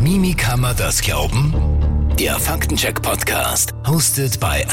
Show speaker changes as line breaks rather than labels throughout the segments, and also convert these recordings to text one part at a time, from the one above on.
Mimi, kann man das glauben? Der Faktencheck-Podcast, hosted bei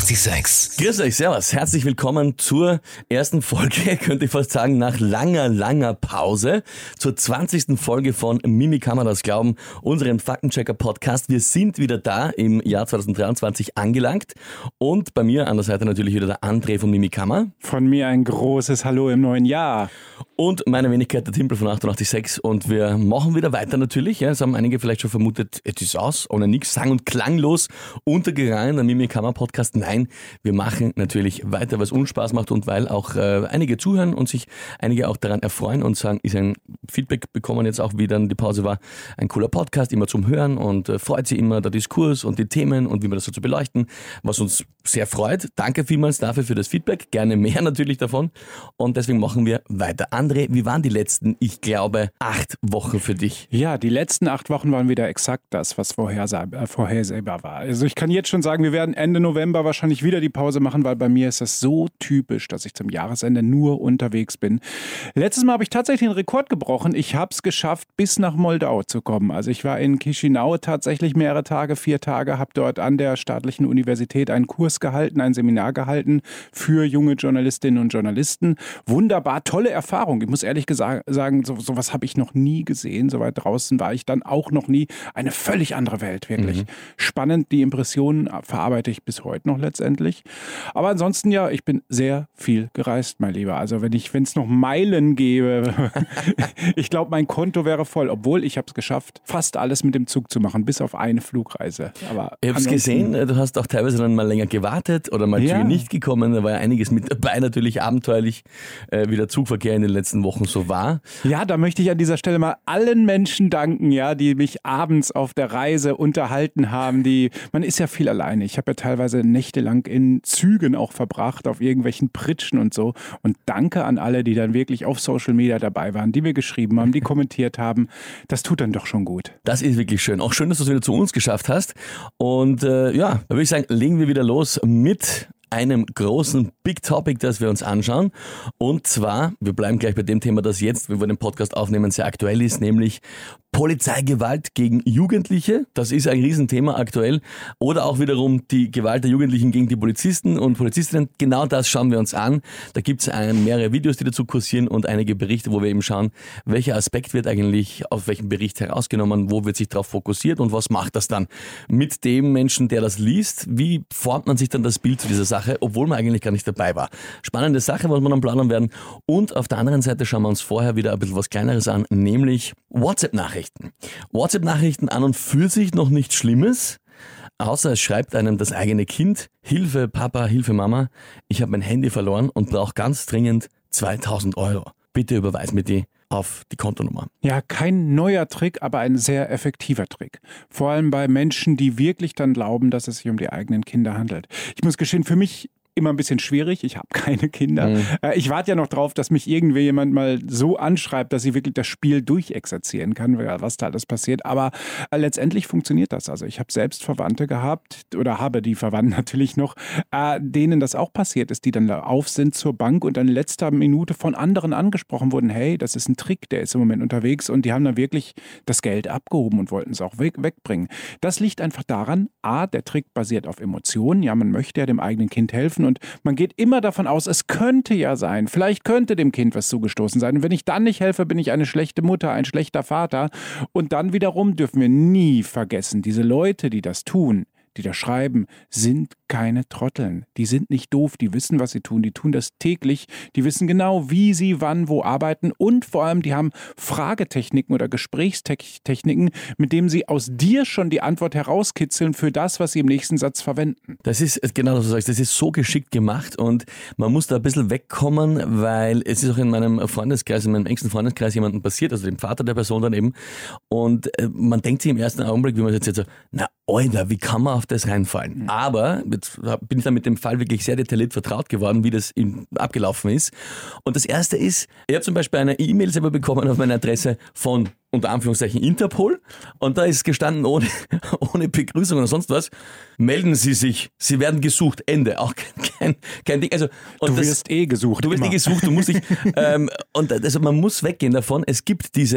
886.
Grüß euch, servus, herzlich willkommen zur ersten Folge, könnte ich fast sagen, nach langer Pause, zur 20. Folge von Mimi, kann man das glauben, unserem Faktenchecker-Podcast. Wir sind wieder da im Jahr 2023 angelangt und bei mir an der Seite natürlich wieder der André von Mimi Kammer.
Von mir ein großes Hallo im neuen Jahr.
Und meine Wenigkeit, der Timpel von 886, und wir machen wieder weiter natürlich. Ja, das haben einige vielleicht schon vermutet, es ist aus, ohne nichts, sang- und klanglos untergegangen, der Mimi Kammer Podcast. Nein, wir machen natürlich weiter, was uns Spaß macht und weil auch einige zuhören und sich einige auch daran erfreuen und sagen, ist ein Feedback bekommen jetzt auch, wie dann die Pause war, ein cooler Podcast, immer zum Hören und freut sich immer der Diskurs und die Themen und wie wir das so zu beleuchten, was uns sehr freut. Danke vielmals dafür für das Feedback, gerne mehr natürlich davon und deswegen machen wir weiter. André, wie waren die letzten, ich glaube, 8 Wochen für dich?
Ja, die letzten 8 Wochen waren wieder exakt das, was vorhersehbar war. Also ich kann jetzt schon sagen, wir werden Ende November wahrscheinlich wieder die Pause machen, weil bei mir ist das so typisch, dass ich zum Jahresende nur unterwegs bin. Letztes Mal habe ich tatsächlich einen Rekord gebrochen. Ich habe es geschafft, bis nach Moldau zu kommen. Also ich war in Chișinău tatsächlich mehrere Tage, 4 Tage, habe dort an der staatlichen Universität einen Kurs gehalten, ein Seminar gehalten für junge Journalistinnen und Journalisten. Wunderbar, tolle Erfahrung. Ich muss ehrlich sagen, sowas habe ich noch nie gesehen. So weit draußen war ich dann auch noch nie. Eine völlig andere Welt, wirklich. Spannend, die Impressionen verarbeite ich bis heute noch letztendlich. Aber ansonsten ja, ich bin sehr viel gereist, mein Lieber. Also wenn es noch Meilen gäbe, ich glaube, mein Konto wäre voll. Obwohl, ich habe es geschafft, fast alles mit dem Zug zu machen, bis auf eine Flugreise. Aber
ich habe es gesehen, du hast auch teilweise dann mal länger gewartet oder mal Züge nicht gekommen. Da war ja einiges mit dabei, natürlich abenteuerlich, wie der Zugverkehr in den letzten Wochen so war.
Ja, da möchte ich an dieser Stelle mal allen Menschen danken, ja, die mich abends auf der Reise unterhalten haben. Man ist ja viel alleine. Ich habe ja teilweise nächtelang in Zügen auch verbracht, auf irgendwelchen Pritschen und so. Und danke an alle, die dann wirklich auf Social Media dabei waren, die mir geschrieben haben, die kommentiert haben. Das tut dann doch schon gut.
Das ist wirklich schön. Auch schön, dass du es wieder zu uns geschafft hast. Und da würde ich sagen, legen wir wieder los mit einem großen Big Topic, das wir uns anschauen. Und zwar, wir bleiben gleich bei dem Thema, das jetzt, wie wir den Podcast aufnehmen, sehr aktuell ist, nämlich Polizeigewalt gegen Jugendliche. Das ist ein Riesenthema aktuell. Oder auch wiederum die Gewalt der Jugendlichen gegen die Polizisten und Polizistinnen. Genau das schauen wir uns an. Da gibt es mehrere Videos, die dazu kursieren und einige Berichte, wo wir eben schauen, welcher Aspekt wird eigentlich auf welchem Bericht herausgenommen, wo wird sich darauf fokussiert und was macht das dann mit dem Menschen, der das liest. Wie formt man sich dann das Bild zu dieser Sache, obwohl man eigentlich gar nicht dabei war. Spannende Sache, was wir dann planen werden. Und auf der anderen Seite schauen wir uns vorher wieder ein bisschen was Kleineres an, nämlich WhatsApp-Nachrichten. WhatsApp-Nachrichten an und für sich noch nichts Schlimmes, außer es schreibt einem das eigene Kind: Hilfe Papa, Hilfe Mama, ich habe mein Handy verloren und brauche ganz dringend 2.000 €. Bitte überweis mir die auf die Kontonummer.
Ja, kein neuer Trick, aber ein sehr effektiver Trick. Vor allem bei Menschen, die wirklich dann glauben, dass es sich um die eigenen Kinder handelt. Ich muss gestehen, für mich immer ein bisschen schwierig. Ich habe keine Kinder. Ich warte ja noch drauf, dass mich jemand mal so anschreibt, dass ich wirklich das Spiel durchexerzieren kann, was da alles passiert. Aber letztendlich funktioniert das. Also ich habe selbst Verwandte gehabt oder habe die Verwandten natürlich noch, denen das auch passiert ist, die dann auf sind zur Bank und in letzter Minute von anderen angesprochen wurden: Hey, das ist ein Trick, der ist im Moment unterwegs, und die haben dann wirklich das Geld abgehoben und wollten es auch wegbringen. Das liegt einfach daran, der Trick basiert auf Emotionen. Ja, man möchte ja dem eigenen Kind helfen. Und man geht immer davon aus, es könnte ja sein, vielleicht könnte dem Kind was zugestoßen sein. Und wenn ich dann nicht helfe, bin ich eine schlechte Mutter, ein schlechter Vater. Und dann wiederum dürfen wir nie vergessen, diese Leute, die das tun, die da schreiben, sind keine Trotteln. Die sind nicht doof, die wissen, was sie tun. Die tun das täglich. Die wissen genau, wie sie wann wo arbeiten. Und vor allem, die haben Fragetechniken oder Gesprächstechniken, mit denen sie aus dir schon die Antwort herauskitzeln für das, was sie im nächsten Satz verwenden.
Das ist genau, was du sagst. Das ist so geschickt gemacht und man muss da ein bisschen wegkommen, weil es ist auch in meinem Freundeskreis, in meinem engsten Freundeskreis jemandem passiert, also dem Vater der Person dann eben. Und man denkt sich im ersten Augenblick, wie man jetzt so, na Alter, wie kann man auf das reinfallen? Aber jetzt bin ich dann mit dem Fall wirklich sehr detailliert vertraut geworden, wie das abgelaufen ist. Und das Erste ist, ich habe zum Beispiel eine E-Mail selber bekommen auf meine Adresse von, unter Anführungszeichen, Interpol. Und da ist gestanden, ohne Begrüßung oder sonst was: Melden Sie sich, Sie werden gesucht, Ende. Auch kein Ding. Also, und
du wirst gesucht.
Du wirst gesucht, du musst dich, und also man muss weggehen davon. Es gibt diese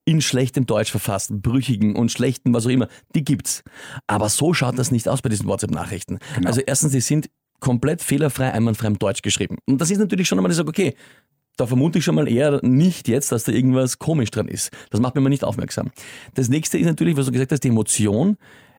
in schlechtem Deutsch verfasst, brüchigen und schlechten, was auch immer, die gibt's. Aber so schaut das nicht aus bei diesen WhatsApp-Nachrichten.
Genau.
Also erstens, die sind komplett fehlerfrei, einwandfrei im Deutsch geschrieben. Und das ist natürlich schon einmal, ich sage, okay, da vermute ich schon mal eher nicht jetzt, dass da irgendwas komisch dran ist. Das macht mir mal nicht aufmerksam. Das nächste ist natürlich, was du gesagt hast, die Emotion.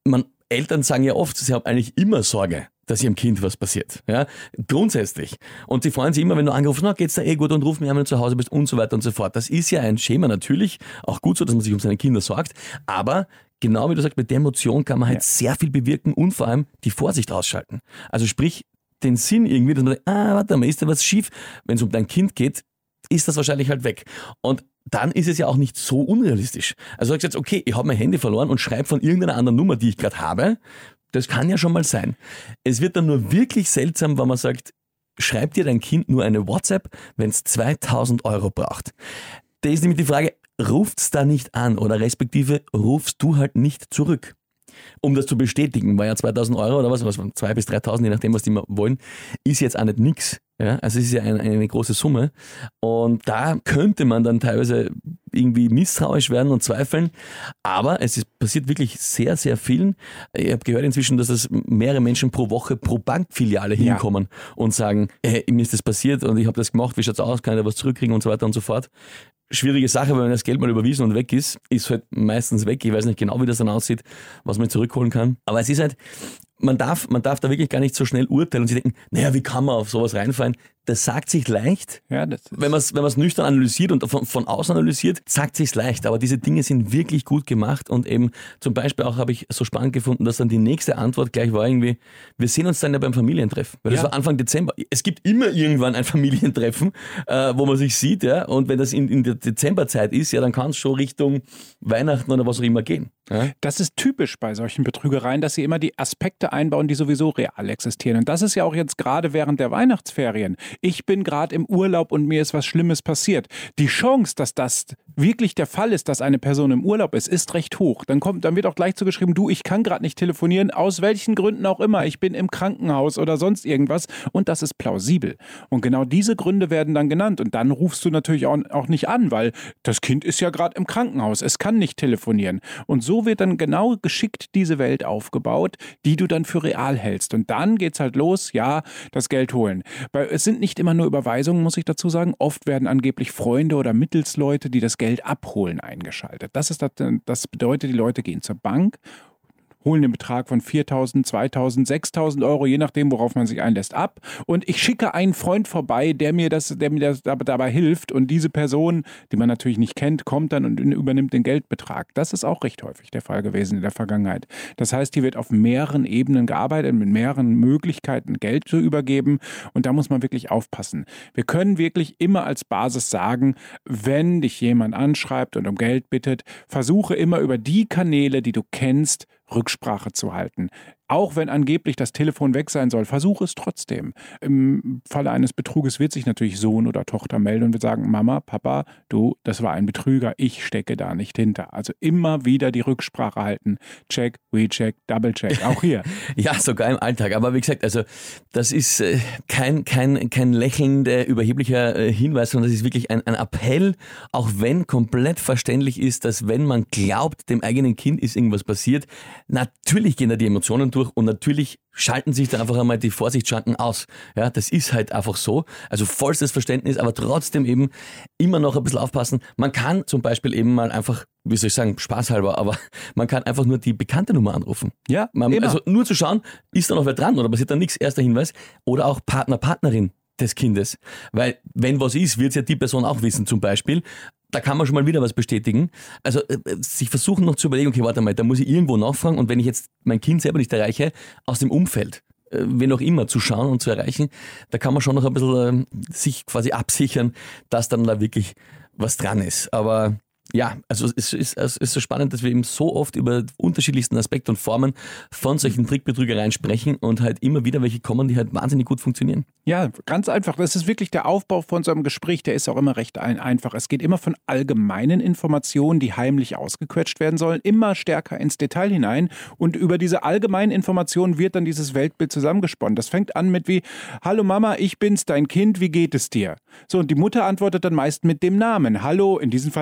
Eltern sagen ja oft, sie haben eigentlich immer Sorge, dass ihrem Kind was passiert. Ja? Grundsätzlich. Und sie freuen sich immer, wenn du anrufst, na, geht's da gut und ruf mich an, wenn du zu Hause bist und so weiter und so fort. Das ist ja ein Schema natürlich, auch gut so, dass man sich um seine Kinder sorgt, aber genau wie du sagst, mit der Emotion kann man halt sehr viel bewirken und vor allem die Vorsicht ausschalten. Also sprich, den Sinn irgendwie, dass man denkt, warte mal, ist da was schief? Wenn es um dein Kind geht, ist das wahrscheinlich halt weg. Und dann ist es ja auch nicht so unrealistisch. Also ich sage jetzt, okay, ich habe mein Handy verloren und schreibe von irgendeiner anderen Nummer, die ich gerade habe. Das kann ja schon mal sein. Es wird dann nur wirklich seltsam, wenn man sagt, schreib dir dein Kind nur eine WhatsApp, wenn es 2.000 € braucht. Da ist nämlich die Frage, ruft's da nicht an oder respektive rufst du halt nicht zurück? Um das zu bestätigen, weil ja 2.000 € oder was 2.000 bis 3.000, je nachdem, was die mal wollen, ist jetzt auch nicht nix. Ja, also es ist ja eine große Summe und da könnte man dann teilweise irgendwie misstrauisch werden und zweifeln, aber passiert wirklich sehr, sehr vielen. Ich habe gehört inzwischen, dass es mehrere Menschen pro Woche pro Bankfiliale hinkommen und sagen, hey, mir ist das passiert und ich habe das gemacht, wie schaut's aus, kann ich da was zurückkriegen und so weiter und so fort. Schwierige Sache, weil wenn das Geld mal überwiesen und weg ist halt meistens weg. Ich weiß nicht genau, wie das dann aussieht, was man zurückholen kann. Aber es ist halt, man darf da wirklich gar nicht so schnell urteilen und sich denken, naja, wie kann man auf sowas reinfallen? Das sagt sich leicht, wenn man es nüchtern analysiert und von außen analysiert, sagt sich's leicht. Aber diese Dinge sind wirklich gut gemacht und eben zum Beispiel auch habe ich so spannend gefunden, dass dann die nächste Antwort gleich war irgendwie, wir sehen uns dann ja beim Familientreffen. Weil das war Anfang Dezember. Es gibt immer irgendwann ein Familientreffen, wo man sich sieht, ja. Und wenn das in der Dezemberzeit ist, ja, dann kann es schon Richtung Weihnachten oder was auch immer gehen. Ja?
Das ist typisch bei solchen Betrügereien, dass sie immer die Aspekte einbauen, die sowieso real existieren. Und das ist ja auch jetzt gerade während der Weihnachtsferien. Ich bin gerade im Urlaub und mir ist was Schlimmes passiert. Die Chance, dass das wirklich der Fall ist, dass eine Person im Urlaub ist recht hoch. Dann wird auch gleich zugeschrieben, du, ich kann gerade nicht telefonieren, aus welchen Gründen auch immer. Ich bin im Krankenhaus oder sonst irgendwas. Und das ist plausibel. Und genau diese Gründe werden dann genannt. Und dann rufst du natürlich auch nicht an, weil das Kind ist ja gerade im Krankenhaus. Es kann nicht telefonieren. Und so wird dann genau geschickt diese Welt aufgebaut, die du dann für real hältst. Und dann geht's halt los, das Geld holen. Weil es sind nicht immer nur Überweisungen, muss ich dazu sagen. Oft werden angeblich Freunde oder Mittelsleute, die das Geld abholen, eingeschaltet. Das bedeutet, die Leute gehen zur Bank, holen den Betrag von 4.000, 2.000, 6.000 €, je nachdem, worauf man sich einlässt, ab. Und ich schicke einen Freund vorbei, der mir das dabei hilft. Und diese Person, die man natürlich nicht kennt, kommt dann und übernimmt den Geldbetrag. Das ist auch recht häufig der Fall gewesen in der Vergangenheit. Das heißt, hier wird auf mehreren Ebenen gearbeitet, mit mehreren Möglichkeiten Geld zu übergeben. Und da muss man wirklich aufpassen. Wir können wirklich immer als Basis sagen, wenn dich jemand anschreibt und um Geld bittet, versuche immer über die Kanäle, die du kennst, Rücksprache zu halten. Auch wenn angeblich das Telefon weg sein soll, versuche es trotzdem. Im Falle eines Betruges wird sich natürlich Sohn oder Tochter melden und wird sagen, Mama, Papa, du, das war ein Betrüger, ich stecke da nicht hinter. Also immer wieder die Rücksprache halten. Check, recheck, double check, auch hier.
Ja, sogar im Alltag. Aber wie gesagt, also das ist kein lächelnder, überheblicher Hinweis, sondern das ist wirklich ein Appell, auch wenn komplett verständlich ist, dass wenn man glaubt, dem eigenen Kind ist irgendwas passiert, natürlich gehen da die Emotionen durch und natürlich schalten sich da einfach einmal die Vorsichtsschranken aus. Ja, das ist halt einfach so. Also vollstes Verständnis, aber trotzdem eben immer noch ein bisschen aufpassen. Man kann zum Beispiel eben mal einfach, wie soll ich sagen, spaßhalber, aber man kann einfach nur die bekannte Nummer anrufen.
Ja,
also nur zu schauen, ist da noch wer dran oder passiert da nichts, erster Hinweis. Oder auch Partner, Partnerin des Kindes. Weil wenn was ist, wird es ja die Person auch wissen zum Beispiel. Da kann man schon mal wieder was bestätigen. Also sich versuchen noch zu überlegen, okay, warte mal, da muss ich irgendwo nachfragen und wenn ich jetzt mein Kind selber nicht erreiche, aus dem Umfeld, wen auch immer, zu schauen und zu erreichen, da kann man schon noch ein bisschen sich quasi absichern, dass dann da wirklich was dran ist. Aber ja, also es ist so spannend, dass wir eben so oft über unterschiedlichsten Aspekte und Formen von solchen Trickbetrügereien sprechen und halt immer wieder welche kommen, die halt wahnsinnig gut funktionieren.
Ja, ganz einfach. Das ist wirklich der Aufbau von so einem Gespräch, der ist auch immer recht einfach. Es geht immer von allgemeinen Informationen, die heimlich ausgequetscht werden sollen, immer stärker ins Detail hinein und über diese allgemeinen Informationen wird dann dieses Weltbild zusammengesponnen. Das fängt an mit wie, hallo Mama, ich bin's, dein Kind, wie geht es dir? So, und die Mutter antwortet dann meist mit dem Namen. Hallo, in diesem Fall André,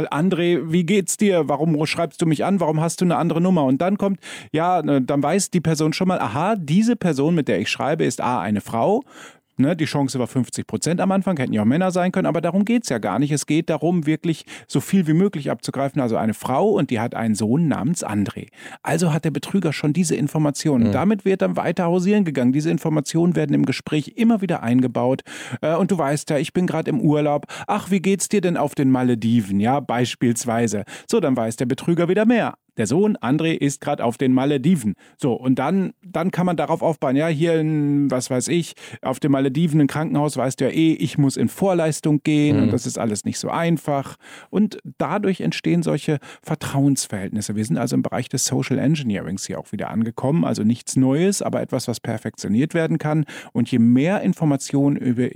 André, wie geht's dir? Warum schreibst du mich an? Warum hast du eine andere Nummer? Und dann kommt, ja, dann weiß die Person schon mal, aha, diese Person, mit der ich schreibe, ist A, eine Frau. Ne, die Chance war 50% am Anfang, hätten ja auch Männer sein können, aber darum geht es ja gar nicht. Es geht darum, wirklich so viel wie möglich abzugreifen. Also eine Frau und die hat einen Sohn namens André. Also hat der Betrüger schon diese Informationen. Mhm. Damit wird dann weiter hausieren gegangen. Diese Informationen werden im Gespräch immer wieder eingebaut. Und du weißt ja, ich bin gerade im Urlaub. Ach, wie geht's dir denn auf den Malediven? Ja, beispielsweise. So, dann weiß der Betrüger wieder mehr. Der Sohn, André, ist gerade auf den Malediven. So, und dann kann man darauf aufbauen, ja, hier in, was weiß ich, auf dem Malediven, im Krankenhaus, weißt du ja ich muss in Vorleistung gehen und das ist alles nicht so einfach. Und dadurch entstehen solche Vertrauensverhältnisse. Wir sind also im Bereich des Social Engineerings hier auch wieder angekommen. Also nichts Neues, aber etwas, was perfektioniert werden kann. Und je mehr Informationen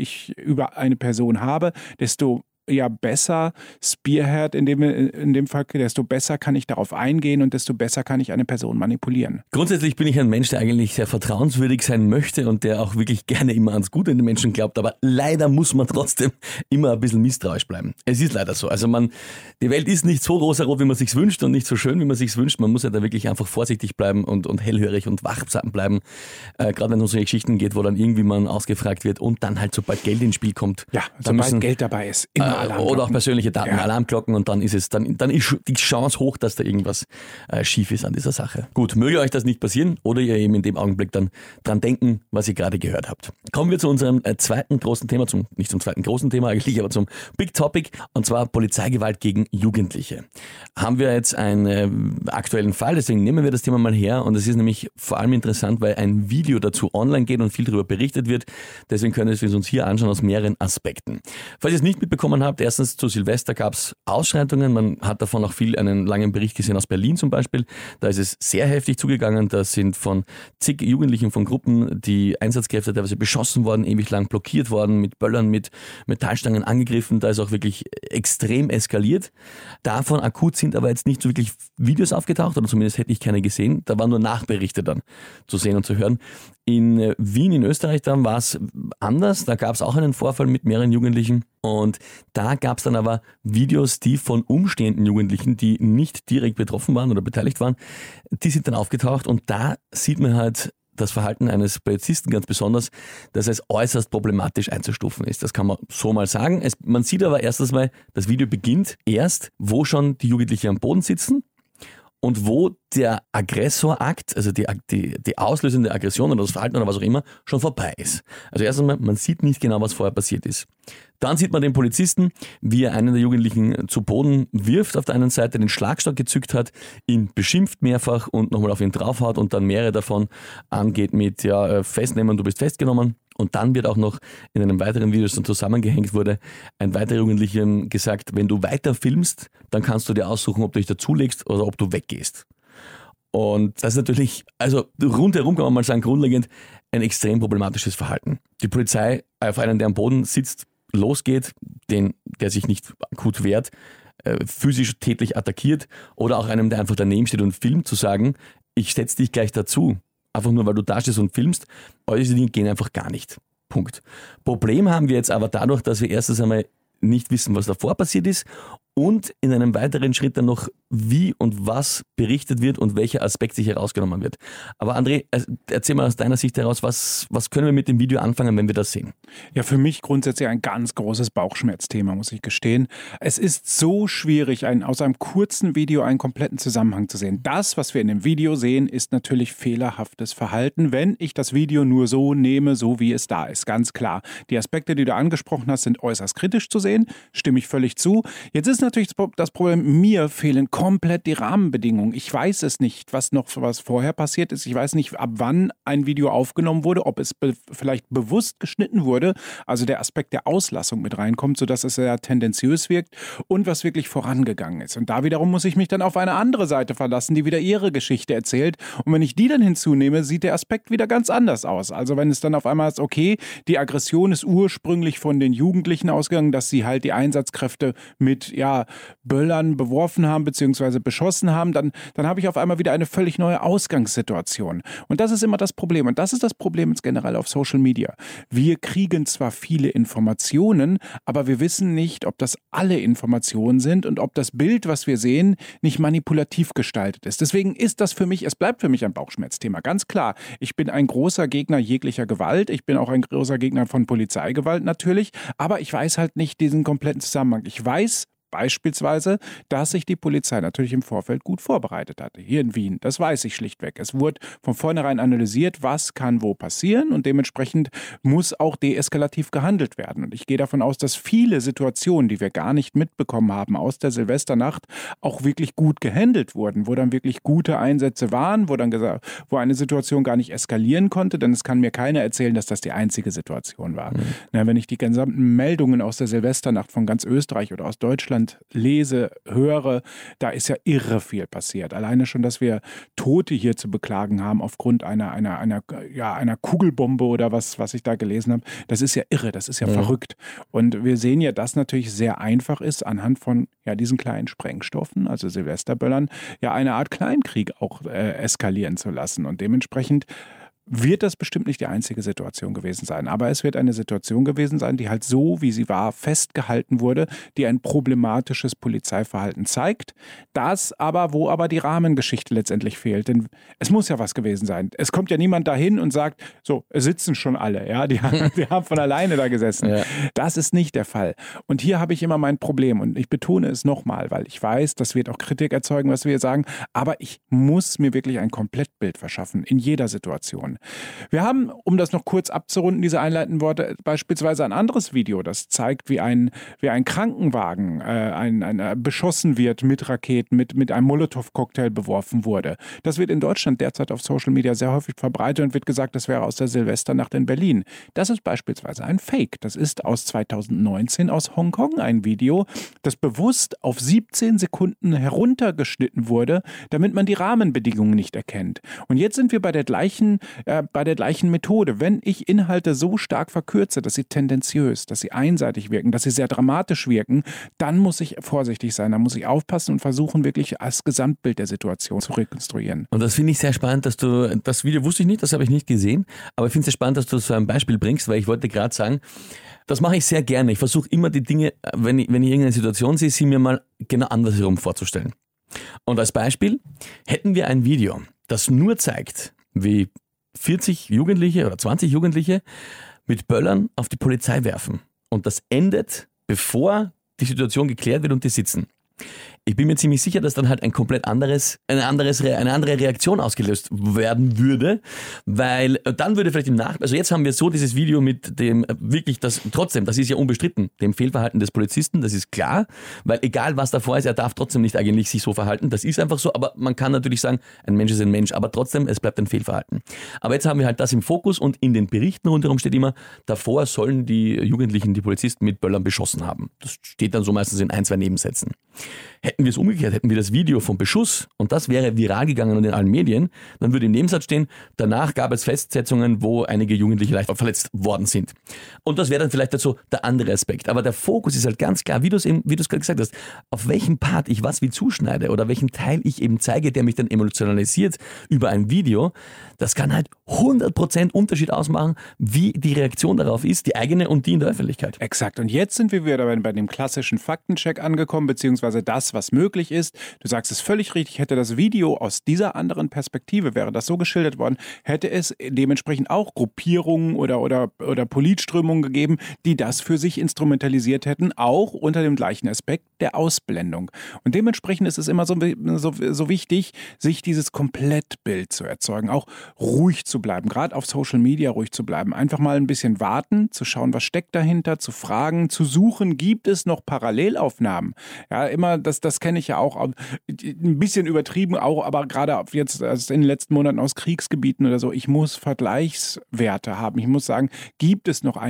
über eine Person habe, desto besser Spearhead in dem Fall, desto besser kann ich darauf eingehen und desto besser kann ich eine Person manipulieren.
Grundsätzlich bin ich ein Mensch, der eigentlich sehr vertrauenswürdig sein möchte und der auch wirklich gerne immer ans Gute in den Menschen glaubt, aber leider muss man trotzdem immer ein bisschen misstrauisch bleiben. Es ist leider so. Also die Welt ist nicht so rosarot, wie man sich's wünscht und nicht so schön, wie man sich's wünscht. Man muss ja da wirklich einfach vorsichtig bleiben und hellhörig und wachsam bleiben. Gerade wenn es um solche Geschichten geht, wo dann irgendwie man ausgefragt wird und dann halt sobald Geld ins Spiel kommt.
Ja, sobald Geld dabei ist. Immer
oder auch persönliche Daten, Alarmglocken und dann ist die Chance hoch, dass da irgendwas schief ist an dieser Sache. Gut, möge euch das nicht passieren oder ihr eben in dem Augenblick dann dran denken, was ihr gerade gehört habt. Kommen wir zu unserem zweiten großen Thema, nicht zum zweiten großen Thema eigentlich, aber zum Big Topic, und zwar Polizeigewalt gegen Jugendliche. Haben wir jetzt einen aktuellen Fall, deswegen nehmen wir das Thema mal her, und es ist nämlich vor allem interessant, weil ein Video dazu online geht und viel darüber berichtet wird. Deswegen können wir es uns hier anschauen aus mehreren Aspekten. Falls ihr es nicht mitbekommen habt, erstens zu Silvester gab es Ausschreitungen. Man hat davon auch einen langen Bericht gesehen aus Berlin zum Beispiel. Da ist es sehr heftig zugegangen. Da sind von zig Jugendlichen, von Gruppen die Einsatzkräfte teilweise beschossen worden, ewig lang blockiert worden, mit Böllern, mit Metallstangen angegriffen. Da ist auch wirklich extrem eskaliert. Davon akut sind aber jetzt nicht so wirklich Videos aufgetaucht, oder zumindest hätte ich keine gesehen. Da waren nur Nachberichte dann zu sehen und zu hören. In Wien in Österreich dann war es anders. Da gab es auch einen Vorfall mit mehreren Jugendlichen. Und da gab es dann aber Videos, die von umstehenden Jugendlichen, die nicht direkt betroffen waren oder beteiligt waren, die sind dann aufgetaucht, und da sieht man halt das Verhalten eines Polizisten ganz besonders, dass es äußerst problematisch einzustufen ist. Das kann man so mal sagen. Man sieht aber erstens mal, das Video beginnt erst, wo schon die Jugendlichen am Boden sitzen und wo der Aggressorakt, also die auslösende Aggression oder das Verhalten oder was auch immer, schon vorbei ist. Also erst einmal, man sieht nicht genau, was vorher passiert ist. Dann sieht man den Polizisten, wie er einen der Jugendlichen zu Boden wirft, auf der einen Seite den Schlagstock gezückt hat, ihn beschimpft mehrfach und nochmal auf ihn draufhaut und dann mehrere davon angeht mit Festnehmen, du bist festgenommen. Und dann wird auch noch in einem weiteren Video, das dann zusammengehängt wurde, ein weiterer Jugendlicher gesagt, wenn du weiter filmst, dann kannst du dir aussuchen, ob du dich dazulegst oder ob du weggehst. Und das ist natürlich, also rundherum kann man mal sagen, grundlegend ein extrem problematisches Verhalten. Die Polizei auf einen, der am Boden sitzt, losgeht, der sich nicht gut wehrt, physisch tätlich attackiert, oder auch einem, der einfach daneben steht und filmt, zu sagen, ich setze dich gleich dazu. Einfach nur, weil du da stehst und filmst. All diese Dinge gehen einfach gar nicht. Punkt. Problem haben wir jetzt aber dadurch, dass wir erstens einmal nicht wissen, was davor passiert ist, und in einem weiteren Schritt dann noch, wie und was berichtet wird und welcher Aspekt sich herausgenommen wird. Aber André, erzähl mal aus deiner Sicht heraus, was können wir mit dem Video anfangen, wenn wir das sehen?
Ja, für mich grundsätzlich ein ganz großes Bauchschmerzthema, muss ich gestehen. Es ist so schwierig, aus einem kurzen Video einen kompletten Zusammenhang zu sehen. Das, was wir in dem Video sehen, ist natürlich fehlerhaftes Verhalten, wenn ich das Video nur so nehme, so wie es da ist, ganz klar. Die Aspekte, die du angesprochen hast, sind äußerst kritisch zu sehen, stimme ich völlig zu. Jetzt ist natürlich das Problem, mir fehlen komplett die Rahmenbedingungen. Ich weiß es nicht, was vorher passiert ist. Ich weiß nicht, ab wann ein Video aufgenommen wurde, ob es vielleicht bewusst geschnitten wurde, also der Aspekt der Auslassung mit reinkommt, sodass es sehr tendenziös wirkt, und was wirklich vorangegangen ist. Und da wiederum muss ich mich dann auf eine andere Seite verlassen, die wieder ihre Geschichte erzählt. Und wenn ich die dann hinzunehme, sieht der Aspekt wieder ganz anders aus. Also wenn es dann auf einmal ist, okay, die Aggression ist ursprünglich von den Jugendlichen ausgegangen, dass sie halt die Einsatzkräfte mit Böllern beworfen haben bzw. beschossen haben, dann habe ich auf einmal wieder eine völlig neue Ausgangssituation. Und das ist immer das Problem. Und das ist das Problem jetzt generell auf Social Media. Wir kriegen zwar viele Informationen, aber wir wissen nicht, ob das alle Informationen sind und ob das Bild, was wir sehen, nicht manipulativ gestaltet ist. Deswegen ist das für mich, es bleibt für mich ein Bauchschmerzthema. Ganz klar, ich bin ein großer Gegner jeglicher Gewalt. Ich bin auch ein großer Gegner von Polizeigewalt natürlich. Aber ich weiß halt nicht diesen kompletten Zusammenhang. Ich weiß beispielsweise, dass sich die Polizei natürlich im Vorfeld gut vorbereitet hatte. Hier in Wien, das weiß ich schlichtweg. Es wurde von vornherein analysiert, was kann wo passieren und dementsprechend muss auch deeskalativ gehandelt werden. Und ich gehe davon aus, dass viele Situationen, die wir gar nicht mitbekommen haben aus der Silvesternacht, auch wirklich gut gehandelt wurden, wo dann wirklich gute Einsätze waren, wo eine Situation gar nicht eskalieren konnte, denn es kann mir keiner erzählen, dass das die einzige Situation war. Na, wenn ich die gesamten Meldungen aus der Silvesternacht von ganz Österreich oder aus Deutschland lese, höre, da ist ja irre viel passiert. Alleine schon, dass wir Tote hier zu beklagen haben aufgrund einer Kugelbombe oder was ich da gelesen habe. Das ist ja irre, das ist ja verrückt. Und wir sehen ja, dass natürlich sehr einfach ist, anhand von diesen kleinen Sprengstoffen, also Silvesterböllern, eine Art Kleinkrieg auch eskalieren zu lassen. Und dementsprechend wird das bestimmt nicht die einzige Situation gewesen sein. Aber es wird eine Situation gewesen sein, die halt so, wie sie war, festgehalten wurde, die ein problematisches Polizeiverhalten zeigt. Wo aber die Rahmengeschichte letztendlich fehlt. Denn es muss ja was gewesen sein. Es kommt ja niemand dahin und sagt, so, es sitzen schon alle. Ja, die haben von alleine da gesessen. Ja. Das ist nicht der Fall. Und hier habe ich immer mein Problem. Und ich betone es nochmal, weil ich weiß, das wird auch Kritik erzeugen, was wir hier sagen. Aber ich muss mir wirklich ein Komplettbild verschaffen in jeder Situation. Wir haben, um das noch kurz abzurunden, diese einleitenden Worte, beispielsweise ein anderes Video, das zeigt, wie ein Krankenwagen beschossen wird mit Raketen, mit einem Molotow-Cocktail beworfen wurde. Das wird in Deutschland derzeit auf Social Media sehr häufig verbreitet und wird gesagt, das wäre aus der Silvesternacht in Berlin. Das ist beispielsweise ein Fake. Das ist aus 2019 aus Hongkong ein Video, das bewusst auf 17 Sekunden heruntergeschnitten wurde, damit man die Rahmenbedingungen nicht erkennt. Und jetzt sind wir bei der gleichen Methode. Wenn ich Inhalte so stark verkürze, dass sie tendenziös, dass sie einseitig wirken, dass sie sehr dramatisch wirken, dann muss ich vorsichtig sein, dann muss ich aufpassen und versuchen, wirklich das Gesamtbild der Situation zu rekonstruieren.
Und das finde ich sehr spannend, dass du, das Video wusste ich nicht, das habe ich nicht gesehen, aber ich finde es sehr spannend, dass du so ein Beispiel bringst, weil ich wollte gerade sagen, das mache ich sehr gerne. Ich versuche immer die Dinge, wenn ich irgendeine Situation sehe, sie mir mal genau andersherum vorzustellen. Und als Beispiel hätten wir ein Video, das nur zeigt, wie 40 Jugendliche oder 20 Jugendliche mit Böllern auf die Polizei werfen. Und das endet, bevor die Situation geklärt wird und die sitzen. Ich bin mir ziemlich sicher, dass dann halt eine andere Reaktion ausgelöst werden würde, weil dann würde vielleicht also jetzt haben wir so dieses Video mit dem wirklich, das ist ja unbestritten, dem Fehlverhalten des Polizisten, das ist klar, weil egal was davor ist, er darf trotzdem nicht eigentlich sich so verhalten, das ist einfach so, aber man kann natürlich sagen, ein Mensch ist ein Mensch, aber trotzdem, es bleibt ein Fehlverhalten. Aber jetzt haben wir halt das im Fokus und in den Berichten rundherum steht immer, davor sollen die Jugendlichen die Polizisten mit Böllern beschossen haben. Das steht dann so meistens in 1, 2 Nebensätzen. Hätten wir es umgekehrt, hätten wir das Video vom Beschuss und das wäre viral gegangen und in allen Medien, dann würde im Nebensatz stehen, danach gab es Festsetzungen, wo einige Jugendliche leicht verletzt worden sind. Und das wäre dann vielleicht dazu der andere Aspekt. Aber der Fokus ist halt ganz klar, wie du es gerade gesagt hast, auf welchen Part ich was wie zuschneide oder welchen Teil ich eben zeige, der mich dann emotionalisiert über ein Video, das kann halt 100% Unterschied ausmachen, wie die Reaktion darauf ist, die eigene und die in der Öffentlichkeit.
Exakt. Und jetzt sind wir wieder bei dem klassischen Faktencheck angekommen, beziehungsweise das, was möglich ist. Du sagst es völlig richtig, hätte das Video aus dieser anderen Perspektive, wäre das so geschildert worden, hätte es dementsprechend auch Gruppierungen oder Politströmungen gegeben, die das für sich instrumentalisiert hätten, auch unter dem gleichen Aspekt der Ausblendung. Und dementsprechend ist es immer so wichtig, sich dieses Komplettbild zu erzeugen, auch ruhig zu bleiben, gerade auf Social Media ruhig zu bleiben, einfach mal ein bisschen warten, zu schauen, was steckt dahinter, zu fragen, zu suchen, gibt es noch Parallelaufnahmen? Ja, immer das das kenne ich ja auch, ein bisschen übertrieben auch, aber gerade jetzt in den letzten Monaten aus Kriegsgebieten oder so, ich muss Vergleichswerte haben. Ich muss sagen, gibt es noch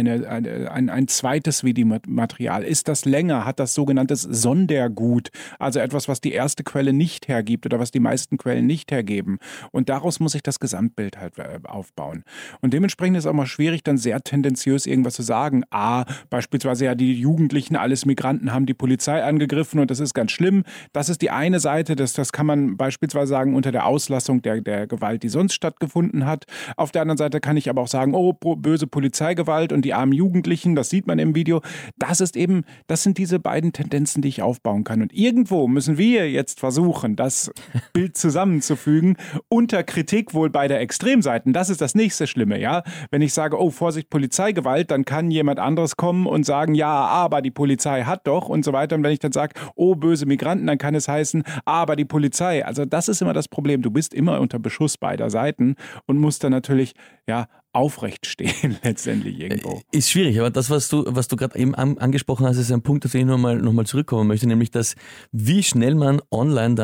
ein zweites Videomaterial? Ist das länger? Hat das sogenanntes Sondergut? Also etwas, was die erste Quelle nicht hergibt oder was die meisten Quellen nicht hergeben. Und daraus muss ich das Gesamtbild halt aufbauen. Und dementsprechend ist es auch mal schwierig, dann sehr tendenziös irgendwas zu sagen. Beispielsweise ja, die Jugendlichen, alles Migranten haben die Polizei angegriffen und das ist ganz schlimm. Das ist die eine Seite, das kann man beispielsweise sagen, unter der Auslassung der Gewalt, die sonst stattgefunden hat. Auf der anderen Seite kann ich aber auch sagen, böse Polizeigewalt und die armen Jugendlichen, das sieht man im Video. Das sind diese beiden Tendenzen, die ich aufbauen kann. Und irgendwo müssen wir jetzt versuchen, das Bild zusammenzufügen, unter Kritik wohl beider Extremseiten. Das ist das nächste Schlimme, ja. Wenn ich sage, Vorsicht, Polizeigewalt, dann kann jemand anderes kommen und sagen, ja, aber die Polizei hat doch und so weiter. Und wenn ich dann sage, böse Migranten, dann kann es heißen, aber die Polizei. Also das ist immer das Problem. Du bist immer unter Beschuss beider Seiten und musst dann natürlich, ja, aufrecht stehen letztendlich irgendwo.
Ist schwierig, aber das, was du gerade eben angesprochen hast, ist ein Punkt, auf den ich nochmal zurückkommen möchte, nämlich, dass wie schnell online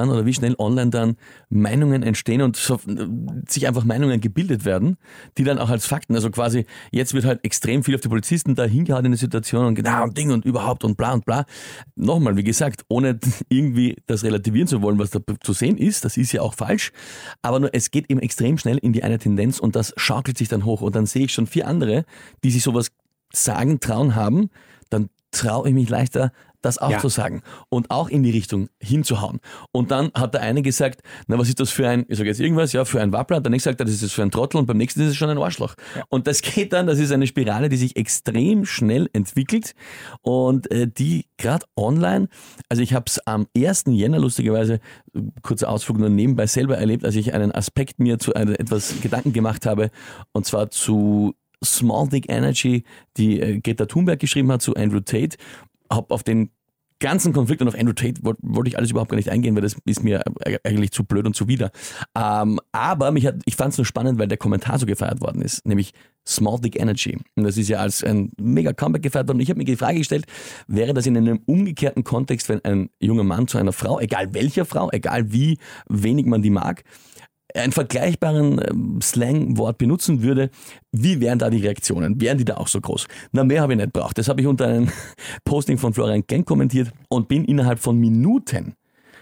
dann Meinungen entstehen und sich einfach Meinungen gebildet werden, die dann auch als Fakten, also quasi jetzt wird halt extrem viel auf die Polizisten da hingehauen in der Situation und genau und Ding und überhaupt und bla und bla. Nochmal, wie gesagt, ohne irgendwie das relativieren zu wollen, was da zu sehen ist, das ist ja auch falsch, aber nur es geht eben extrem schnell in die eine Tendenz und das schaukelt sich dann hoch. Und dann sehe ich schon 4 andere, die sich sowas sagen, trauen haben, dann traue ich mich leichter, das auch zu sagen und auch in die Richtung hinzuhauen. Und dann hat der eine gesagt, was ist das für ein, ich sage jetzt irgendwas, für ein Wappler, der nächste sagt, das ist das für ein Trottel und beim nächsten ist es schon ein Arschloch. Ja. Und das geht dann, das ist eine Spirale, die sich extrem schnell entwickelt und die gerade online, also ich habe es am 1. Jänner lustigerweise, kurzer Ausflug nur nebenbei selber erlebt, als ich einen Aspekt mir zu etwas Gedanken gemacht habe und zwar zu Small Dick Energy, die Greta Thunberg geschrieben hat, zu Andrew Tate. Habe auf den ganzen Konflikt und auf Andrew Tate wollte ich alles überhaupt gar nicht eingehen, weil das ist mir eigentlich zu blöd und zuwider. Aber ich fand es nur spannend, weil der Kommentar so gefeiert worden ist, nämlich Small Dick Energy. Und das ist ja als ein mega Comeback gefeiert worden. Ich habe mir die Frage gestellt, wäre das in einem umgekehrten Kontext, wenn ein junger Mann zu einer Frau, egal welcher Frau, egal wie wenig man die mag, einen vergleichbaren Slangwort benutzen würde, wie wären da die Reaktionen? Wären die da auch so groß? Mehr habe ich nicht braucht. Das habe ich unter einem Posting von Florian Klenk kommentiert und bin innerhalb von Minuten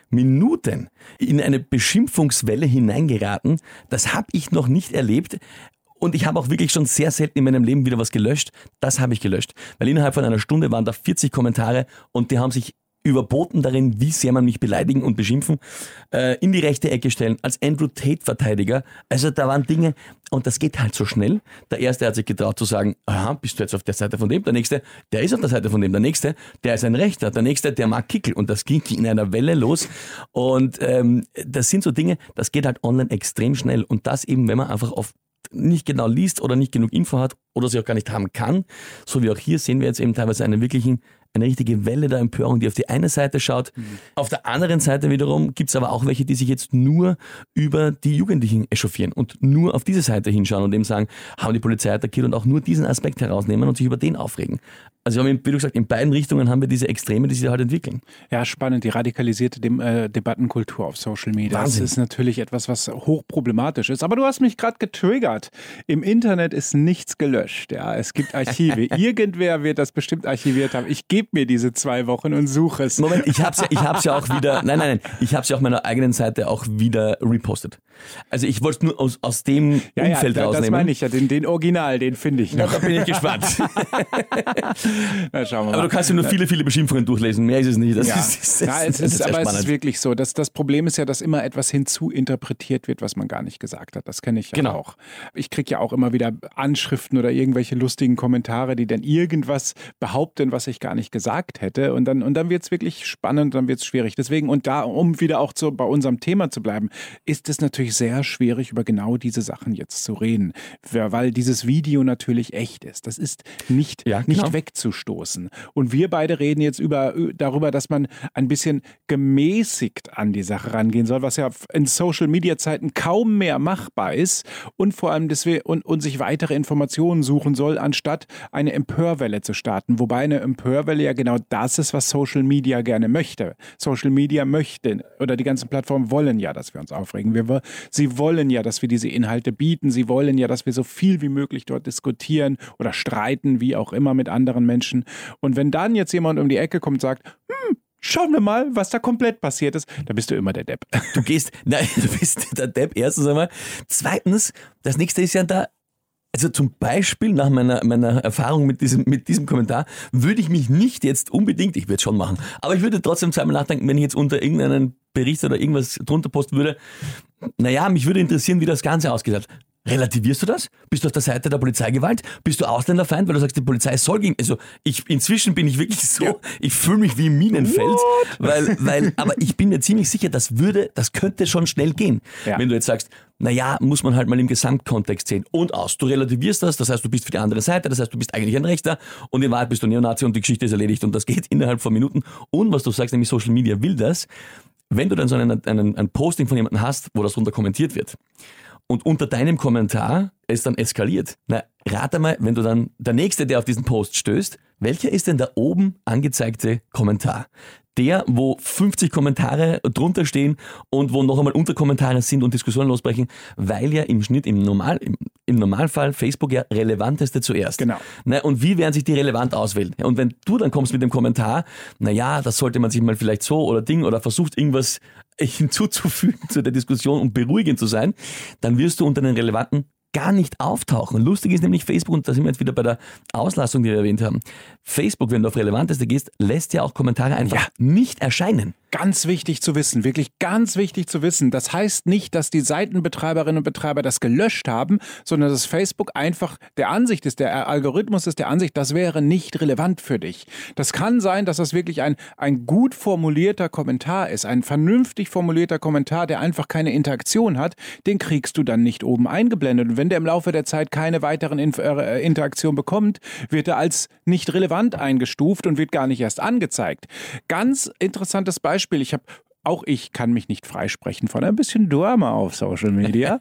in eine Beschimpfungswelle hineingeraten. Das habe ich noch nicht erlebt. Und ich habe auch wirklich schon sehr selten in meinem Leben wieder was gelöscht. Das habe ich gelöscht. Weil innerhalb von einer Stunde waren da 40 Kommentare und die haben sich überboten darin, wie sehr man mich beleidigen und beschimpfen, in die rechte Ecke stellen, als Andrew Tate-Verteidiger. Also da waren Dinge, und das geht halt so schnell. Der erste hat sich getraut zu sagen, bist du jetzt auf der Seite von dem? Der nächste, der ist auf der Seite von dem. Der nächste, der ist ein Rechter. Der nächste, der mag Kickel. Und das ging in einer Welle los. Und das sind so Dinge, das geht halt online extrem schnell. Und das eben, wenn man einfach oft nicht genau liest oder nicht genug Info hat oder sie auch gar nicht haben kann. So wie auch hier sehen wir jetzt eben teilweise eine richtige Welle der Empörung, die auf die eine Seite schaut. Auf der anderen Seite wiederum gibt es aber auch welche, die sich jetzt nur über die Jugendlichen echauffieren und nur auf diese Seite hinschauen und eben sagen, haben die Polizei attackiert und auch nur diesen Aspekt herausnehmen und sich über den aufregen. Also wie du gesagt, in beiden Richtungen haben wir diese Extreme, die sich halt entwickeln.
Ja, spannend, die radikalisierte Debattenkultur auf Social Media.
Wahnsinn.
Das ist natürlich etwas, was hochproblematisch ist. Aber du hast mich gerade getriggert. Im Internet ist nichts gelöscht. Ja, es gibt Archive. Irgendwer wird das bestimmt archiviert haben. Ich gebe mir diese 2 Wochen und suche es.
Moment, ich hab's ja auch wieder, nein, ich habe es ja auf meiner eigenen Seite auch wieder repostet. Also ich wollte es nur aus dem Umfeld rausnehmen. Das meine
ich ja, den Original, den finde ich noch.
Da bin ich gespannt.
Na, schauen wir mal.
Aber du kannst ja nur viele Beschimpfungen durchlesen, mehr ist es nicht.
Es ist wirklich so. Das Problem ist ja, dass immer etwas hinzuinterpretiert wird, was man gar nicht gesagt hat. Das kenne ich ja auch. Ich kriege ja auch immer wieder Anschriften oder irgendwelche lustigen Kommentare, die dann irgendwas behaupten, was ich gar nicht gesagt hätte. Und dann wird es wirklich spannend, dann wird es schwierig. Deswegen, um wieder auch bei unserem Thema zu bleiben, ist es natürlich sehr schwierig, über genau diese Sachen jetzt zu reden. Weil dieses Video natürlich echt ist. Das ist nicht wegzudenken. anzustoßen. Und wir beide reden jetzt darüber, dass man ein bisschen gemäßigt an die Sache rangehen soll, was ja in Social-Media-Zeiten kaum mehr machbar ist und vor allem und sich weitere Informationen suchen soll, anstatt eine Empörwelle zu starten. Wobei eine Empörwelle ja genau das ist, was Social Media gerne möchte. Social Media möchte, oder die ganzen Plattformen wollen ja, dass wir uns aufregen. Sie wollen ja, dass wir diese Inhalte bieten. Sie wollen ja, dass wir so viel wie möglich dort diskutieren oder streiten, wie auch immer, mit anderen Menschen. Und wenn dann jetzt jemand um die Ecke kommt und sagt, schauen wir mal, was da komplett passiert ist, da bist du immer der Depp.
Du bist der Depp, erstens einmal. Zweitens, das nächste ist ja da, also zum Beispiel nach meiner Erfahrung mit diesem Kommentar würde ich mich nicht jetzt unbedingt, ich würde es schon machen, aber ich würde trotzdem zweimal nachdenken, wenn ich jetzt unter irgendeinen Bericht oder irgendwas drunter posten würde. Naja, mich würde interessieren, wie das Ganze ausgeht. Relativierst du das? Bist du auf der Seite der Polizeigewalt? Bist du Ausländerfeind, weil du sagst, die Polizei soll gegen... Also inzwischen bin ich wirklich so, ich fühle mich wie im Minenfeld, aber ich bin mir ziemlich sicher, das könnte schon schnell gehen. Ja. Wenn du jetzt sagst, naja, muss man halt mal im Gesamtkontext sehen und aus. Du relativierst das heißt, du bist für die andere Seite, das heißt, du bist eigentlich ein Rechter und in Wahrheit bist du Neonazi und die Geschichte ist erledigt und das geht innerhalb von Minuten. Und was du sagst, nämlich Social Media will das, wenn du dann so ein Posting von jemandem hast, wo das drunter kommentiert wird, und unter deinem Kommentar es dann eskaliert. Na, rate mal, wenn du dann der Nächste, der auf diesen Post stößt, welcher ist denn der oben angezeigte Kommentar? Der, wo 50 Kommentare drunter stehen und wo noch einmal Unterkommentare sind und Diskussionen losbrechen, weil ja im Schnitt, im Normalfall Facebook ja relevanteste zuerst.
Genau.
Na, und wie werden sich die relevant auswählen? Und wenn du dann kommst mit dem Kommentar, naja, das sollte man sich mal vielleicht so oder versucht irgendwas hinzuzufügen zu der Diskussion, um beruhigend zu sein, dann wirst du unter den Relevanten gar nicht auftauchen. Lustig ist nämlich Facebook, und da sind wir jetzt wieder bei der Auslassung, die wir erwähnt haben. Facebook, wenn du auf Relevanteste gehst, lässt ja auch Kommentare einfach nicht erscheinen.
Ganz wichtig zu wissen, wirklich ganz wichtig zu wissen. Das heißt nicht, dass die Seitenbetreiberinnen und Betreiber das gelöscht haben, sondern dass Facebook einfach der Ansicht ist, der Algorithmus ist der Ansicht, das wäre nicht relevant für dich. Das kann sein, dass das wirklich ein gut formulierter Kommentar ist, ein vernünftig formulierter Kommentar, der einfach keine Interaktion hat, den kriegst du dann nicht oben eingeblendet. Und wenn der im Laufe der Zeit keine weiteren Interaktionen bekommt, wird er als nicht relevant eingestuft und wird gar nicht erst angezeigt. Ganz interessantes Beispiel. Ich kann mich nicht freisprechen von ein bisschen Drama auf Social Media.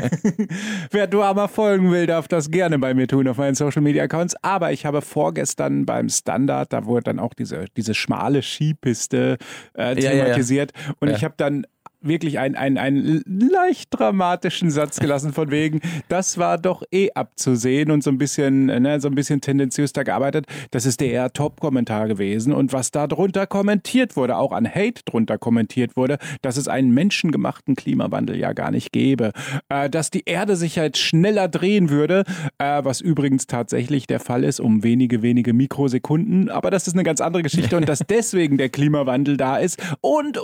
Wer Drama folgen will, darf das gerne bei mir tun auf meinen Social Media Accounts. Aber ich habe vorgestern beim Standard, da wurde dann auch diese schmale Skipiste thematisiert. Und ich habe dann wirklich einen leicht dramatischen Satz gelassen von wegen, das war doch abzusehen und so ein bisschen tendenziös da gearbeitet. Das ist der eher Top-Kommentar gewesen und was da drunter kommentiert wurde, auch an Hate drunter kommentiert wurde, dass es einen menschengemachten Klimawandel ja gar nicht gäbe, dass die Erde sich halt schneller drehen würde, was übrigens tatsächlich der Fall ist, um wenige Mikrosekunden, aber das ist eine ganz andere Geschichte und dass deswegen der Klimawandel da ist und,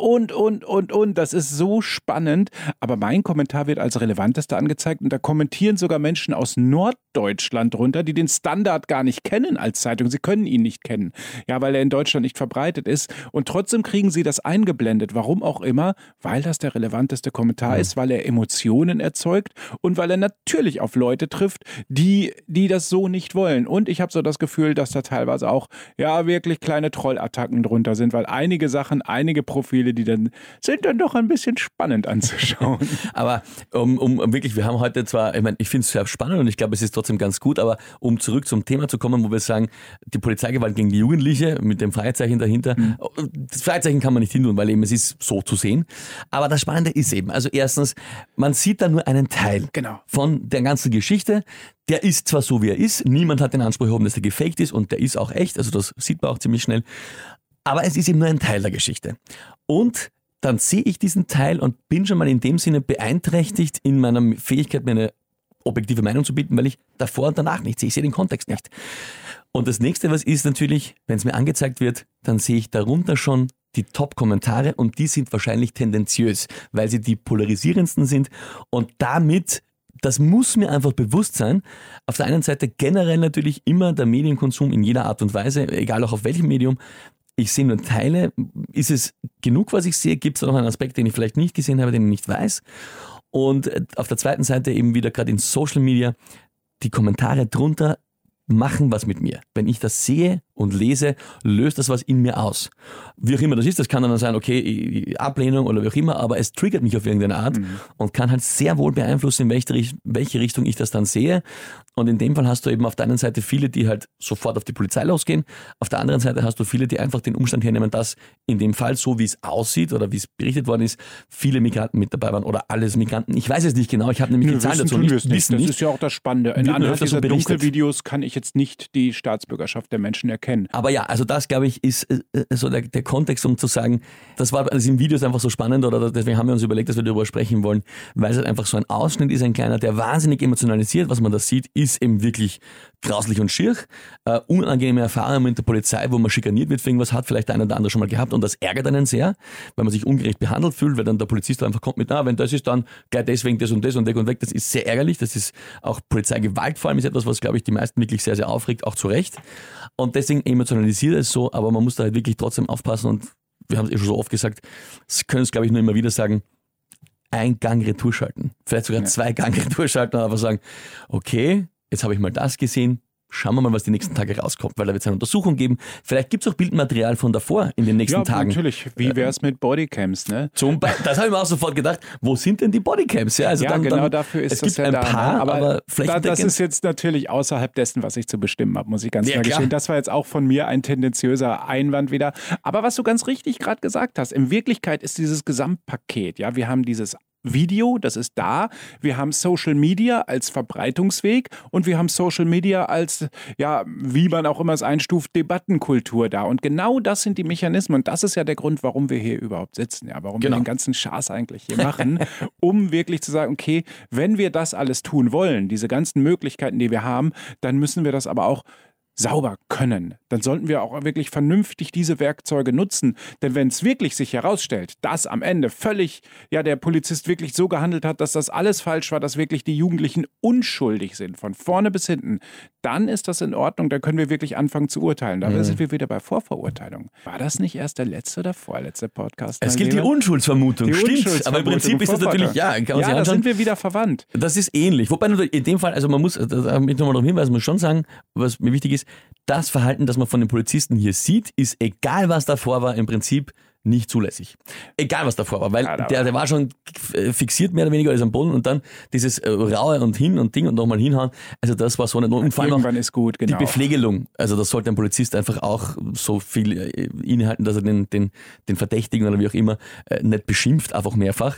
das ist so spannend, aber mein Kommentar wird als relevantester angezeigt und da kommentieren sogar Menschen aus Norddeutschland drunter, die den Standard gar nicht kennen als Zeitung. Sie können ihn nicht kennen, ja, weil er in Deutschland nicht verbreitet ist und trotzdem kriegen sie das eingeblendet. Warum auch immer, weil das der relevanteste Kommentar ist, weil er Emotionen erzeugt und weil er natürlich auf Leute trifft, die das so nicht wollen. Und ich habe so das Gefühl, dass da teilweise auch wirklich kleine Trollattacken drunter sind, weil einige Profile, sind dann doch ein bisschen spannend anzuschauen.
Aber wirklich, wir haben heute zwar, ich finde es sehr spannend und ich glaube, es ist trotzdem ganz gut, aber um zurück zum Thema zu kommen, wo wir sagen, die Polizeigewalt gegen die Jugendliche mit dem Freizeichen dahinter, das Freizeichen kann man nicht hintun, weil eben es ist so zu sehen. Aber das Spannende ist eben, also erstens, man sieht da nur einen Teil von der ganzen Geschichte. Der ist zwar so, wie er ist, niemand hat den Anspruch erhoben, dass der gefaked ist und der ist auch echt, also das sieht man auch ziemlich schnell. Aber es ist eben nur ein Teil der Geschichte. Und dann sehe ich diesen Teil und bin schon mal in dem Sinne beeinträchtigt in meiner Fähigkeit, mir eine objektive Meinung zu bilden, weil ich davor und danach nicht sehe. Ich sehe den Kontext nicht. Und das nächste, was ist natürlich, wenn es mir angezeigt wird, dann sehe ich darunter schon die Top-Kommentare und die sind wahrscheinlich tendenziös, weil sie die polarisierendsten sind und damit, das muss mir einfach bewusst sein, auf der einen Seite generell natürlich immer der Medienkonsum in jeder Art und Weise, egal auch auf welchem Medium. Ich sehe nur Teile. Ist es genug, was ich sehe? Gibt es da noch einen Aspekt, den ich vielleicht nicht gesehen habe, den ich nicht weiß? Und auf der zweiten Seite eben wieder gerade in Social Media, die Kommentare drunter machen was mit mir. Wenn ich das sehe und lese, löst das was in mir aus. Wie auch immer das ist, das kann dann sein, okay, Ablehnung oder wie auch immer, aber es triggert mich auf irgendeine Art und kann halt sehr wohl beeinflussen, in welche Richtung ich das dann sehe. Und in dem Fall hast du eben auf der einen Seite viele, die halt sofort auf die Polizei losgehen. Auf der anderen Seite hast du viele, die einfach den Umstand hernehmen, dass in dem Fall, so wie es aussieht oder wie es berichtet worden ist, viele Migranten mit dabei waren oder alles Migranten. Ich weiß es nicht genau, ich habe nämlich die Zahlen dazu nicht.
Das ist ja auch das Spannende. Anhand dieser Dunkelvideos kann ich jetzt nicht die Staatsbürgerschaft der Menschen erkennen.
Aber ja, also das, glaube ich, ist so der Kontext, um zu sagen, das war also im Video ist einfach so spannend oder deswegen haben wir uns überlegt, dass wir darüber sprechen wollen, weil es halt einfach so ein Ausschnitt ist, ein kleiner, der wahnsinnig emotionalisiert, was man da sieht, ist eben wirklich grauslich und schier. Unangenehme Erfahrungen mit der Polizei, wo man schikaniert wird für irgendwas, hat vielleicht der eine oder andere schon mal gehabt und das ärgert einen sehr, weil man sich ungerecht behandelt fühlt, weil dann der Polizist einfach kommt mit, wenn das ist, dann gleich deswegen das und das und weg und weg. Das ist sehr ärgerlich, das ist auch Polizeigewalt vor allem, ist etwas, was, glaube ich, die meisten wirklich sehr, sehr aufregt, auch zu Recht. Und deswegen emotionalisiert es so, aber man muss da halt wirklich trotzdem aufpassen und wir haben es schon so oft gesagt, das können es, glaube ich, nur immer wieder sagen, ein Gang Retour schalten. Vielleicht sogar 2 Gang Retour schalten und einfach sagen, okay, jetzt habe ich mal das gesehen, schauen wir mal, was die nächsten Tage rauskommt, weil da wird es eine Untersuchung geben. Vielleicht gibt es auch Bildmaterial von davor in den nächsten Tagen. Ja,
natürlich. Wie wäre es mit Bodycams, ne?
Das habe ich mir auch sofort gedacht. Wo sind denn die Bodycams? Ja, also
genau dafür ist es
das ja da. Es gibt ein paar, aber
das ist jetzt natürlich außerhalb dessen, was ich zu bestimmen habe, muss ich ganz klar gestehen. Das war jetzt auch von mir ein tendenziöser Einwand wieder. Aber was du ganz richtig gerade gesagt hast, in Wirklichkeit ist dieses Gesamtpaket, ja, wir haben dieses Video, das ist da. Wir haben Social Media als Verbreitungsweg und wir haben Social Media als, ja, wie man auch immer es einstuft, Debattenkultur da. Und genau das sind die Mechanismen. Und das ist ja der Grund, warum wir hier überhaupt sitzen, ja, warum wir den ganzen Schaß eigentlich hier machen, um wirklich zu sagen, okay, wenn wir das alles tun wollen, diese ganzen Möglichkeiten, die wir haben, dann müssen wir das aber auch sauber können. Dann sollten wir auch wirklich vernünftig diese Werkzeuge nutzen. Denn wenn es wirklich sich herausstellt, dass am Ende völlig, ja, der Polizist wirklich so gehandelt hat, dass das alles falsch war, dass wirklich die Jugendlichen unschuldig sind, von vorne bis hinten, dann ist das in Ordnung, dann können wir wirklich anfangen zu urteilen. Da sind wir wieder bei Vorverurteilung. War das nicht erst der letzte oder vorletzte Podcast?
Es gilt die Unschuldsvermutung, stimmt. Aber im Prinzip ist das natürlich,
da sind wir wieder verwandt.
Das ist ähnlich. Wobei in dem Fall, also man muss, damit nochmal darauf hinweisen, muss schon sagen, was mir wichtig ist, das Verhalten, das man von den Polizisten hier sieht, ist, egal was davor war, im Prinzip nicht zulässig. Egal was davor war, weil der war schon fixiert mehr oder weniger als am Boden und dann dieses Raue und hin und Ding und nochmal hinhauen, also das war so nicht. Und vor allem auch
ist gut, genau.
Die Bepflegelung, also das sollte ein Polizist einfach auch so viel innehalten, dass er den Verdächtigen oder wie auch immer nicht beschimpft, einfach mehrfach.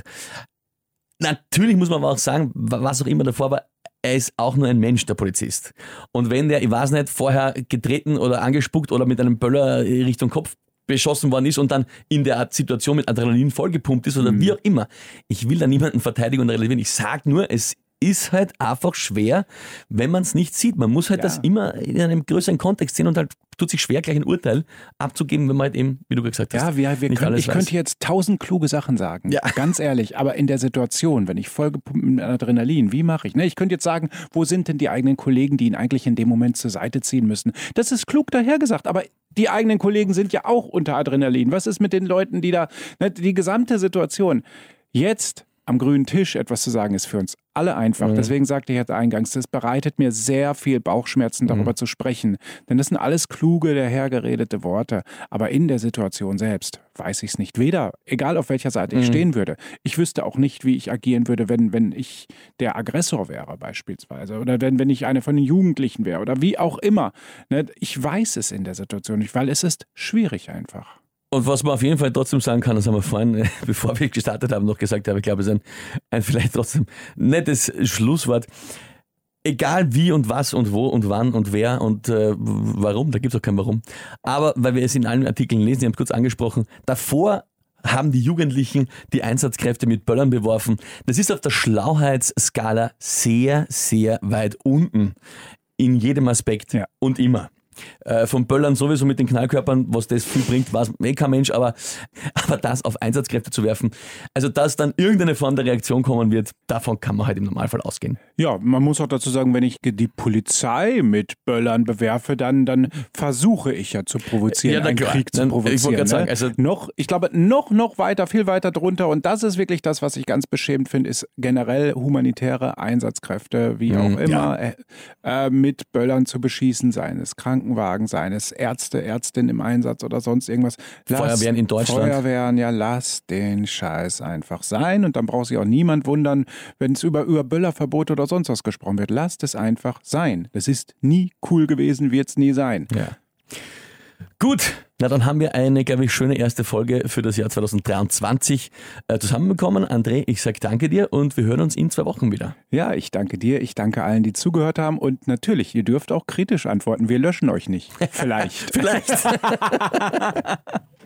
Natürlich muss man aber auch sagen, was auch immer davor war, er ist auch nur ein Mensch, der Polizist. Und wenn der, ich weiß nicht, vorher getreten oder angespuckt oder mit einem Böller Richtung Kopf beschossen worden ist und dann in der Situation mit Adrenalin vollgepumpt ist oder wie auch immer. Ich will da niemanden verteidigen und relativieren. Ich sage nur, es ist halt einfach schwer, wenn man es nicht sieht. Man muss halt das immer in einem größeren Kontext sehen und halt tut sich schwer, gleich ein Urteil abzugeben, wenn man halt eben, wie du gesagt hast,
ich könnte jetzt 1000 kluge Sachen sagen, ganz ehrlich, aber in der Situation, wenn ich vollgepumpt mit Adrenalin, wie mache ich? Ich könnte jetzt sagen, wo sind denn die eigenen Kollegen, die ihn eigentlich in dem Moment zur Seite ziehen müssen? Das ist klug dahergesagt, aber die eigenen Kollegen sind ja auch unter Adrenalin. Was ist mit den Leuten, die da, die gesamte Situation jetzt am grünen Tisch etwas zu sagen, ist für uns alle einfach. Deswegen sagte ich jetzt eingangs, das bereitet mir sehr viel Bauchschmerzen, darüber zu sprechen. Denn das sind alles kluge, dahergeredete Worte. Aber in der Situation selbst weiß ich es nicht. Weder, egal auf welcher Seite ich stehen würde. Ich wüsste auch nicht, wie ich agieren würde, wenn ich der Aggressor wäre beispielsweise. Oder wenn ich eine von den Jugendlichen wäre. Oder wie auch immer. Ich weiß es in der Situation nicht, weil es ist schwierig einfach.
Und was man auf jeden Fall trotzdem sagen kann, das haben wir vorhin, bevor wir gestartet haben, noch gesagt, aber ich glaube, es ist ein vielleicht trotzdem nettes Schlusswort. Egal wie und was und wo und wann und wer und warum, da gibt es auch kein Warum. Aber weil wir es in allen Artikeln lesen, ich habe es kurz angesprochen, davor haben die Jugendlichen die Einsatzkräfte mit Böllern beworfen. Das ist auf der Schlauheitsskala sehr, sehr weit unten. In jedem Aspekt und immer. Von Böllern sowieso mit den Knallkörpern, was das viel bringt, weiß kein Mensch, aber das auf Einsatzkräfte zu werfen, also dass dann irgendeine Form der Reaktion kommen wird, davon kann man halt im Normalfall ausgehen.
Ja, man muss auch dazu sagen, wenn ich die Polizei mit Böllern bewerfe, dann versuche ich ja zu provozieren, einen Krieg zu provozieren. Ich wollte gerade sagen, also ich glaube, noch weiter, viel weiter drunter, und das ist wirklich das, was ich ganz beschämend finde, ist generell humanitäre Einsatzkräfte, wie auch immer, mit Böllern zu beschießen, seien es Krankenhäuser, Krankenwagen, seien es Ärzte, Ärztinnen im Einsatz oder sonst irgendwas.
Feuerwehren in Deutschland.
Feuerwehren, ja, lass den Scheiß einfach sein. Und dann braucht sich auch niemand wundern, wenn es über Böllerverbote oder sonst was gesprochen wird. Lasst es einfach sein. Das ist nie cool gewesen, wird es nie sein.
Ja. Gut, na dann haben wir eine, glaube ich, schöne erste Folge für das Jahr 2023 zusammenbekommen. André, ich sage danke dir und wir hören uns in 2 Wochen wieder.
Ja, ich danke dir, ich danke allen, die zugehört haben und natürlich, ihr dürft auch kritisch antworten. Wir löschen euch nicht. Vielleicht.
Vielleicht.